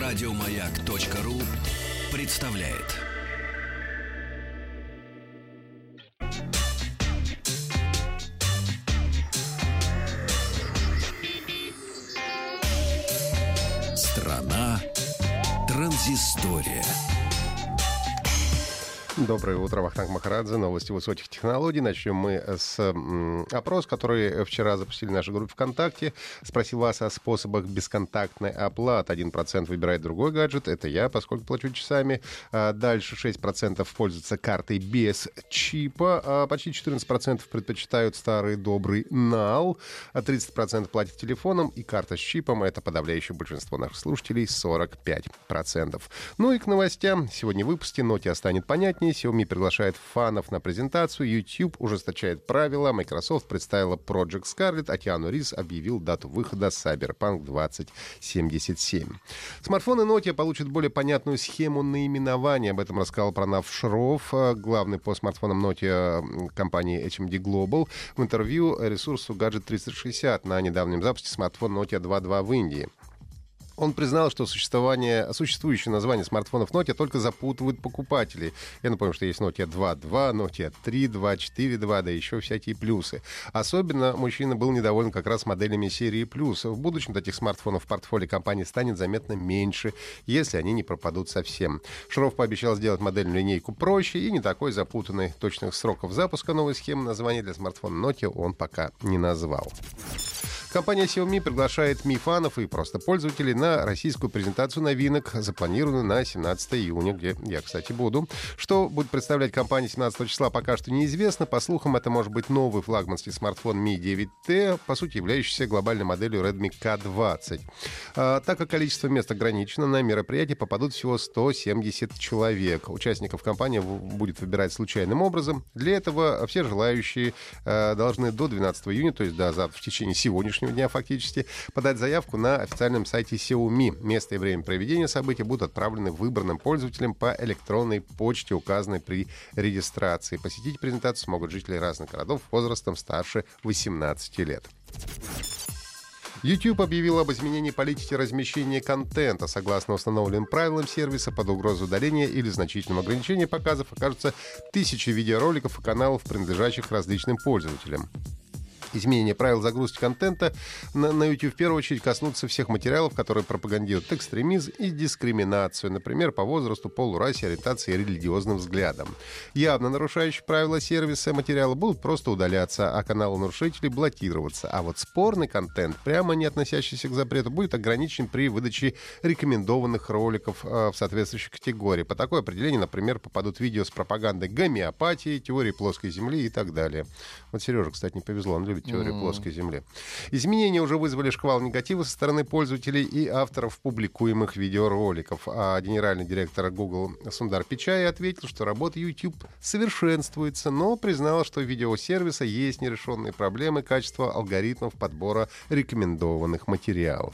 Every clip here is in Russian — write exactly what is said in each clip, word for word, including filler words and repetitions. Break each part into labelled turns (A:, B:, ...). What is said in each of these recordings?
A: Радиомаяк.ру представляет. Страна транзистория.
B: Доброе утро, Вахтанг Махарадзе, новости высоких технологий. Начнем мы с м, опроса, который вчера запустили в нашей группе ВКонтакте. Спросил вас о способах бесконтактной оплаты. один процент выбирает другой гаджет, это я, поскольку плачу часами. А дальше шесть процентов пользуются картой без чипа, а почти четырнадцать процентов предпочитают старый добрый нал, а тридцать процентов платят телефоном, и карта с чипом — это подавляющее большинство наших слушателей, сорок пять процентов. Ну и к новостям. Сегодня в выпуске Nokia станет понятнее. Xiaomi приглашает фанов на презентацию, YouTube ужесточает правила, Microsoft представила Project Scarlet, а Киану Ривз объявил дату выхода Cyberpunk двадцать семьдесят семь. Смартфоны Nokia получат более понятную схему наименования. Об этом рассказал Пранав Шров, главный по смартфонам Nokia компании эйч эм ди Global, в интервью ресурсу Gadget триста шестьдесят на недавнем запуске смартфона Nokia два точка два в Индии. Он признал, что существование, существующее название смартфонов Nokia только запутывают покупателей. Я напомню, что есть Nokia два точка два, Nokia три точка два, четыре точка два, да еще всякие плюсы. Особенно мужчина был недоволен как раз моделями серии Плюс. В будущем таких смартфонов в портфолио компании станет заметно меньше, если они не пропадут совсем. Шров пообещал сделать модельную линейку проще и не такой запутанной. Точных сроков запуска новой схемы названия для смартфона Nokia он пока не назвал. Компания Xiaomi приглашает ми-фанов и просто пользователей на российскую презентацию новинок, запланированную на семнадцатое июня, где я, кстати, буду. Что будет представлять компания семнадцатого числа, пока что неизвестно. По слухам, это может быть новый флагманский смартфон ми девять ти, по сути, являющийся глобальной моделью Redmi кей двадцать. А, так как количество мест ограничено, на мероприятие попадут всего сто семьдесят человек. Участников компания будет выбирать случайным образом. Для этого все желающие а, должны до двенадцатого июня, то есть до завтра, в течение сегодняшнего дня фактически, подать заявку на официальном сайте Xiaomi. Место и время проведения события будут отправлены выбранным пользователям по электронной почте, указанной при регистрации. Посетить презентацию смогут жители разных городов возрастом старше восемнадцати лет. YouTube объявил об изменении политики размещения контента. Согласно установленным правилам сервиса, под угрозой удаления или значительным ограничением показов окажутся тысячи видеороликов и каналов, принадлежащих различным пользователям. Изменение правил загрузки контента на, на YouTube в первую очередь коснутся всех материалов, которые пропагандируют экстремизм и дискриминацию, например, по возрасту, полу, расе, ориентации и религиозным взглядам. Явно нарушающие правила сервиса материалы будут просто удаляться, а каналы нарушителей блокироваться. А вот спорный контент, прямо не относящийся к запрету, будет ограничен при выдаче рекомендованных роликов э, в соответствующей категории. По такой определению, например, попадут видео с пропагандой гомеопатии, теории плоской земли и так далее. Вот Сереже, кстати, не повезло, он любит теорию mm. плоской земли. Изменения уже вызвали шквал негатива со стороны пользователей и авторов публикуемых видеороликов. А генеральный директор Google Сундар Пичай ответил, что работа YouTube совершенствуется, но признал, что у видеосервиса есть нерешенные проблемы качества алгоритмов подбора рекомендованных материалов.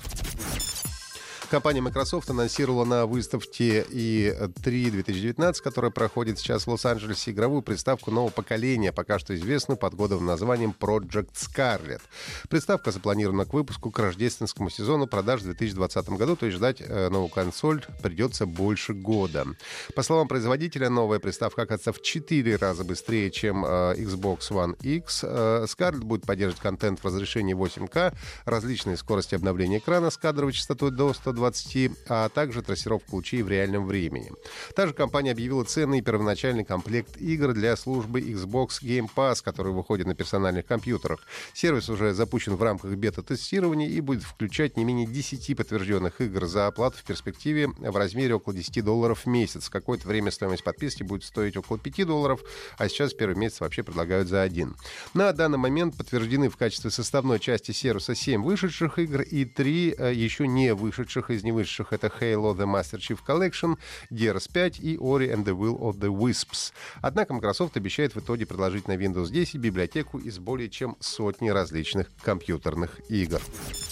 B: Компания Microsoft анонсировала на выставке и три две тысячи девятнадцать, которая проходит сейчас в Лос-Анджелесе, игровую приставку нового поколения, пока что известную под кодовым названием Project Scarlet. Приставка запланирована к выпуску к рождественскому сезону продаж в две тысячи двадцатом году, то есть ждать новую консоль придется больше года. По словам производителя, новая приставка окажется в четыре раза быстрее, чем Xbox One X. Scarlet будет поддерживать контент в разрешении восемь ка, различные скорости обновления экрана с кадровой частотой до ста двадцати, а также трассировку лучей в реальном времени. Также компания объявила ценный первоначальный комплект игр для службы Xbox Game Pass, который выходит на персональных компьютерах. Сервис уже запущен в рамках бета-тестирования и будет включать не менее десяти подтвержденных игр за оплату в перспективе в размере около десяти долларов в месяц. В какое-то время стоимость подписки будет стоить около пяти долларов, а сейчас первый месяц вообще предлагают за один. На данный момент подтверждены в качестве составной части сервиса семь вышедших игр и три еще не вышедших. Из невышедших это Halo The Master Chief Collection, Gears пять и Ori and the Will of the Wisps. Однако Microsoft обещает в итоге предложить на Windows десять библиотеку из более чем сотни различных компьютерных игр.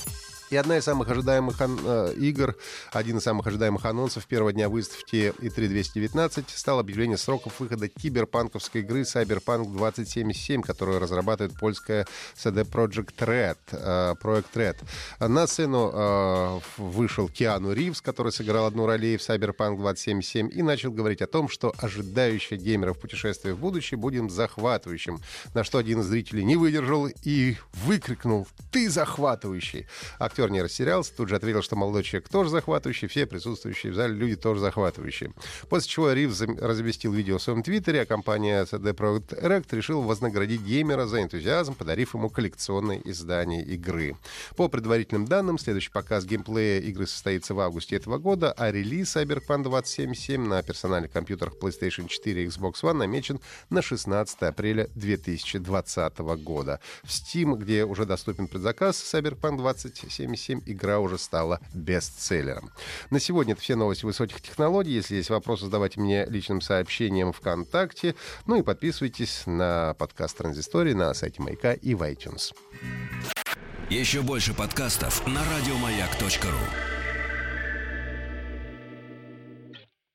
B: И одна из самых ожидаемых ан- э, игр, один из самых ожидаемых анонсов первого дня выставки и три двести девятнадцать стал объявление сроков выхода киберпанковской игры Cyberpunk двадцать семьдесят семь, которую разрабатывает польская си ди Projekt Red, э, Projekt Red. На сцену э, вышел Киану Ривз, который сыграл одну роль в Cyberpunk двадцать семьдесят семь, и начал говорить о том, что ожидающее геймеров путешествие в будущее будет захватывающим. На что один из зрителей не выдержал и выкрикнул: «Ты захватывающий!» Актер не растерялся, тут же ответил, что молодой человек тоже захватывающий, все присутствующие в зале люди тоже захватывающие. После чего Ривз разместил видео в своем твиттере, а компания си ди Projekt Red решила вознаградить геймера за энтузиазм, подарив ему коллекционное издание игры. По предварительным данным, следующий показ геймплея игры состоится в августе этого года, а релиз Cyberpunk двадцать семьдесят семь на персональных компьютерах PlayStation четыре и Xbox One намечен на шестнадцатое апреля две тысячи двадцатого года. В Steam, где уже доступен предзаказ Cyberpunk двадцать семьдесят семь, игра уже стала бестселлером. На сегодня это все новости высоких технологий. Если есть вопросы, задавайте мне личным сообщением ВКонтакте. Ну и подписывайтесь на подкаст «Транзистория» на сайте Маяка и в iTunes.
A: Еще больше подкастов на радиомаяк точка ру.